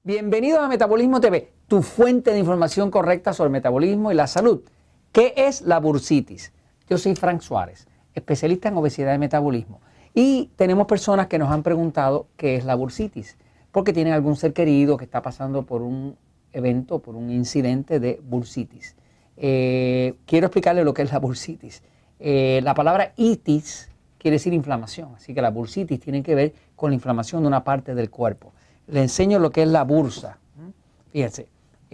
Bienvenidos a Metabolismo TV, tu fuente de información correcta sobre el metabolismo y la salud. ¿Qué es la bursitis? Yo soy Frank Suárez, especialista en obesidad y metabolismo. Y tenemos personas que nos han preguntado qué es la bursitis, porque tienen algún ser querido que está pasando por un evento, por un incidente de bursitis. Quiero explicarle lo que es la bursitis. La palabra itis quiere decir inflamación, así que la bursitis tiene que ver con la inflamación de una parte del cuerpo. Le enseño lo que es la bursa. Fíjense,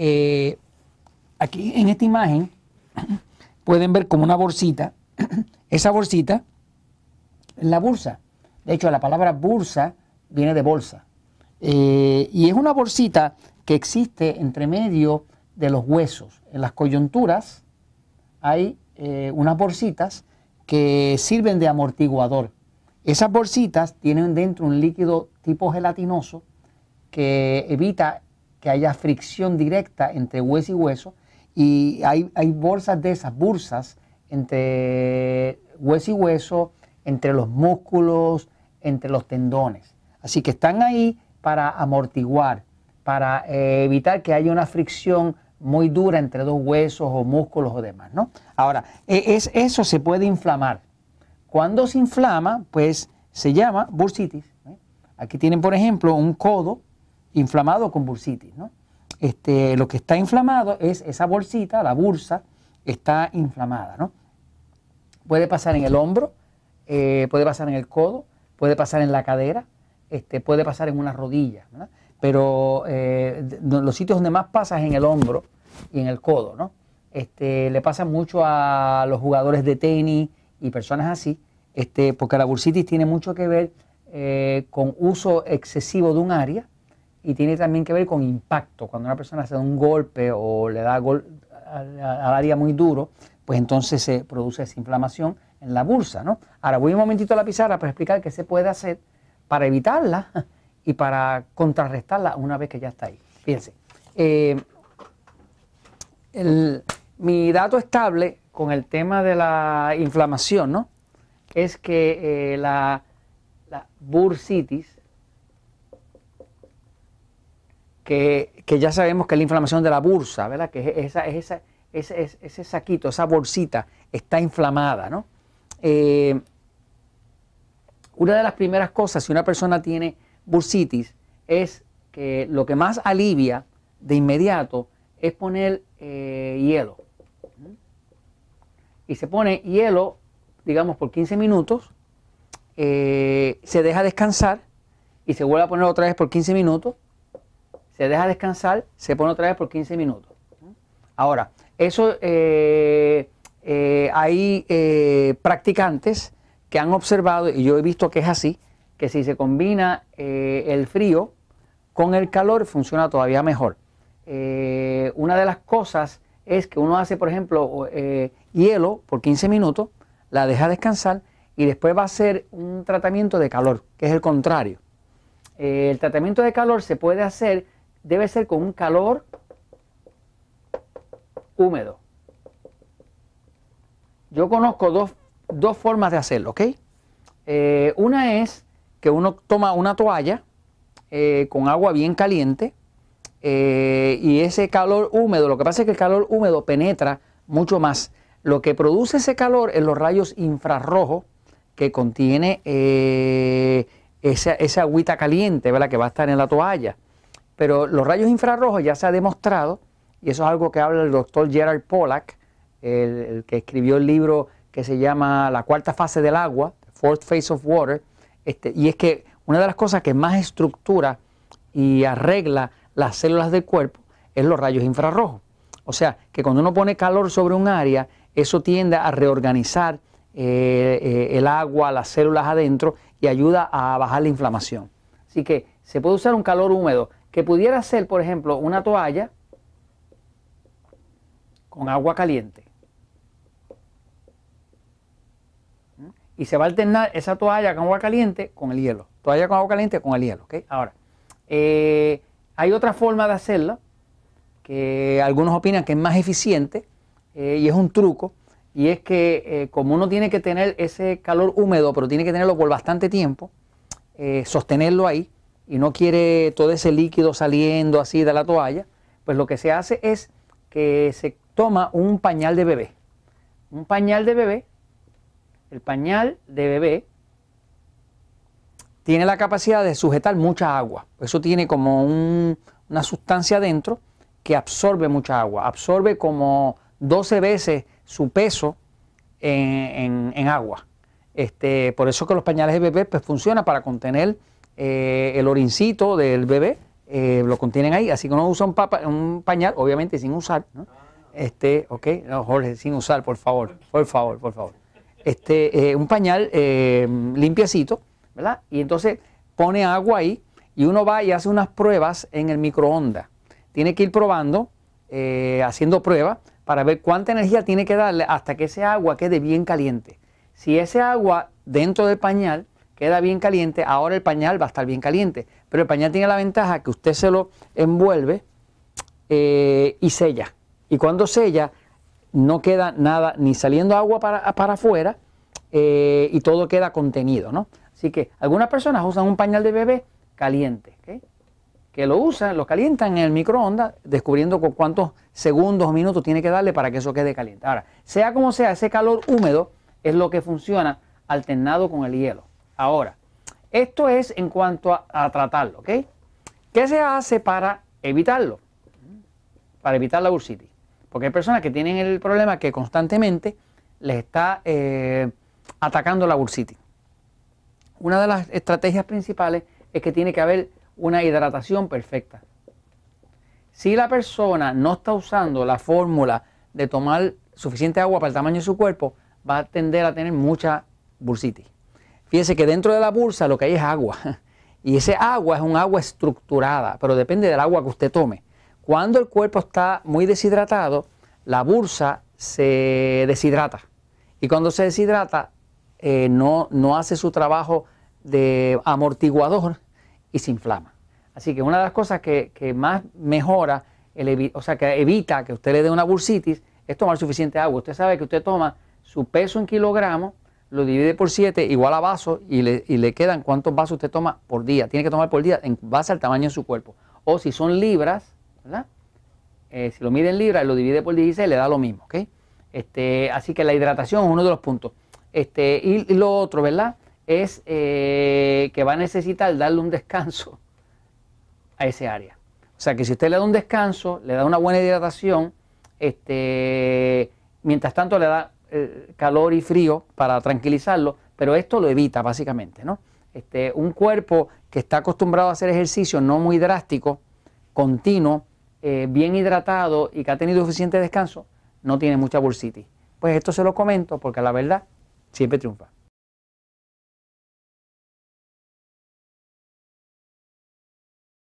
aquí en esta imagen pueden ver como una bolsita. Esa bolsita es la bursa. De hecho, la palabra bursa viene de bolsa. Y es una bolsita que existe entre medio de los huesos. En las coyunturas hay unas bolsitas que sirven de amortiguador. Esas bolsitas tienen dentro un líquido tipo gelatinoso que evita que haya fricción directa entre hueso y hueso, y hay bolsas de esas, bursas, entre hueso y hueso, entre los músculos, entre los tendones. Así que están ahí para amortiguar, para evitar que haya una fricción muy dura entre dos huesos o músculos o demás, ¿no? Ahora, eso se puede inflamar. Cuando se inflama, pues se llama bursitis. Aquí tienen, por ejemplo, un codo inflamado con bursitis, ¿no? Lo que está inflamado es esa bolsita, la bursa, está inflamada, ¿no? Puede pasar en el hombro, puede pasar en el codo, puede pasar en la cadera, puede pasar en una rodilla, ¿no? Pero los sitios donde más pasa es en el hombro y en el codo, ¿no? Le pasa mucho a los jugadores de tenis y personas así, porque la bursitis tiene mucho que ver con uso excesivo de un área, y tiene también que ver con impacto. Cuando una persona se da un golpe o le da al área muy duro, pues entonces se produce esa inflamación en la bursa, ¿no? Ahora voy un momentito a la pizarra para explicar qué se puede hacer para evitarla y para contrarrestarla una vez que ya está ahí. Fíjense, mi dato estable con el tema de la inflamación, ¿no?, es que la bursitis, que ya sabemos que es la inflamación de la bursa, ¿verdad?, que ese saquito, esa bolsita está inflamada, ¿no? Una de las primeras cosas, si una persona tiene bursitis, es que lo que más alivia de inmediato es poner hielo. Y se pone hielo, digamos, por 15 minutos, se deja descansar y se vuelve a poner otra vez por 15 minutos, se deja descansar, se pone otra vez por 15 minutos. Ahora, eso hay practicantes que han observado, y yo he visto que es así, que si se combina el frío con el calor funciona todavía mejor. Una de las cosas es que uno hace, por ejemplo, hielo por 15 minutos, la deja descansar y después va a hacer un tratamiento de calor, que es el contrario. El tratamiento de calor se puede hacer, debe ser con un calor húmedo. Yo conozco dos formas de hacerlo, ¿ok? Una es que uno toma una toalla con agua bien caliente y ese calor húmedo, lo que pasa es que el calor húmedo penetra mucho más. Lo que produce ese calor es los rayos infrarrojos que contiene esa agüita caliente, ¿verdad?, que va a estar en la toalla. Pero los rayos infrarrojos ya se ha demostrado, y eso es algo que habla el doctor Gerald Pollack, el que escribió el libro que se llama La cuarta fase del agua, Fourth Phase of Water, y es que una de las cosas que más estructura y arregla las células del cuerpo es los rayos infrarrojos. O sea, que cuando uno pone calor sobre un área, eso tiende a reorganizar el agua, las células adentro, y ayuda a bajar la inflamación. Así que se puede usar un calor húmedo, que pudiera ser, por ejemplo, una toalla con agua caliente. Y se va a alternar esa toalla con agua caliente con el hielo. Toalla con agua caliente con el hielo, ¿ok? Ahora, hay otra forma de hacerla, que algunos opinan que es más eficiente, y es un truco, y es que como uno tiene que tener ese calor húmedo, pero tiene que tenerlo por bastante tiempo, sostenerlo ahí, y no quiere todo ese líquido saliendo así de la toalla, pues lo que se hace es que se toma un pañal de bebé. Un pañal de bebé, el pañal de bebé tiene la capacidad de sujetar mucha agua. Eso tiene como una sustancia dentro que absorbe mucha agua. Absorbe como 12 veces su peso en agua. Por eso que los pañales de bebé pues, funcionan para contener el orincito del bebé. Lo contienen ahí, así que uno usa un pañal, obviamente sin usar, ¿no? Ok, no, Jorge, sin usar, por favor, por favor, por favor. Un pañal limpiecito, ¿verdad? Y entonces pone agua ahí y uno va y hace unas pruebas en el microondas. Tiene que ir probando, haciendo pruebas para ver cuánta energía tiene que darle hasta que ese agua quede bien caliente. Si ese agua dentro del pañal queda bien caliente, ahora el pañal va a estar bien caliente. Pero el pañal tiene la ventaja que usted se lo envuelve y sella. Y cuando sella, no queda nada, ni saliendo agua para afuera, y todo queda contenido, ¿no? Así que algunas personas usan un pañal de bebé caliente, ¿okay? Que lo usan, lo calientan en el microondas, descubriendo con cuántos segundos o minutos tiene que darle para que eso quede caliente. Ahora, sea como sea, ese calor húmedo es lo que funciona alternado con el hielo. Ahora, esto es en cuanto a tratarlo, ¿ok? ¿Qué se hace para evitarlo? Para evitar la bursitis. Porque hay personas que tienen el problema que constantemente les está atacando la bursitis. Una de las estrategias principales es que tiene que haber una hidratación perfecta. Si la persona no está usando la fórmula de tomar suficiente agua para el tamaño de su cuerpo, va a tender a tener mucha bursitis. Fíjese que dentro de la bursa lo que hay es agua. Y ese agua es un agua estructurada, pero depende del agua que usted tome. Cuando el cuerpo está muy deshidratado, la bursa se deshidrata. Y cuando se deshidrata, no hace su trabajo de amortiguador y se inflama. Así que una de las cosas que más mejora, o sea, que evita que usted le dé una bursitis, es tomar suficiente agua. Usted sabe que usted toma su peso en kilogramos, lo divide por 7, igual a vasos, y le quedan cuántos vasos usted toma por día. Tiene que tomar por día en base al tamaño de su cuerpo. O si son libras, ¿verdad? Si lo mide en libras y lo divide por 16, le da lo mismo, ¿ok? Así que la hidratación es uno de los puntos. Y lo otro, ¿verdad? Es que va a necesitar darle un descanso a ese área. O sea que si usted le da un descanso, le da una buena hidratación, mientras tanto le da calor y frío para tranquilizarlo, pero esto lo evita básicamente, ¿no? Un cuerpo que está acostumbrado a hacer ejercicio no muy drástico, continuo, bien hidratado y que ha tenido suficiente descanso, no tiene mucha bursitis. Pues esto se lo comento porque la verdad siempre triunfa.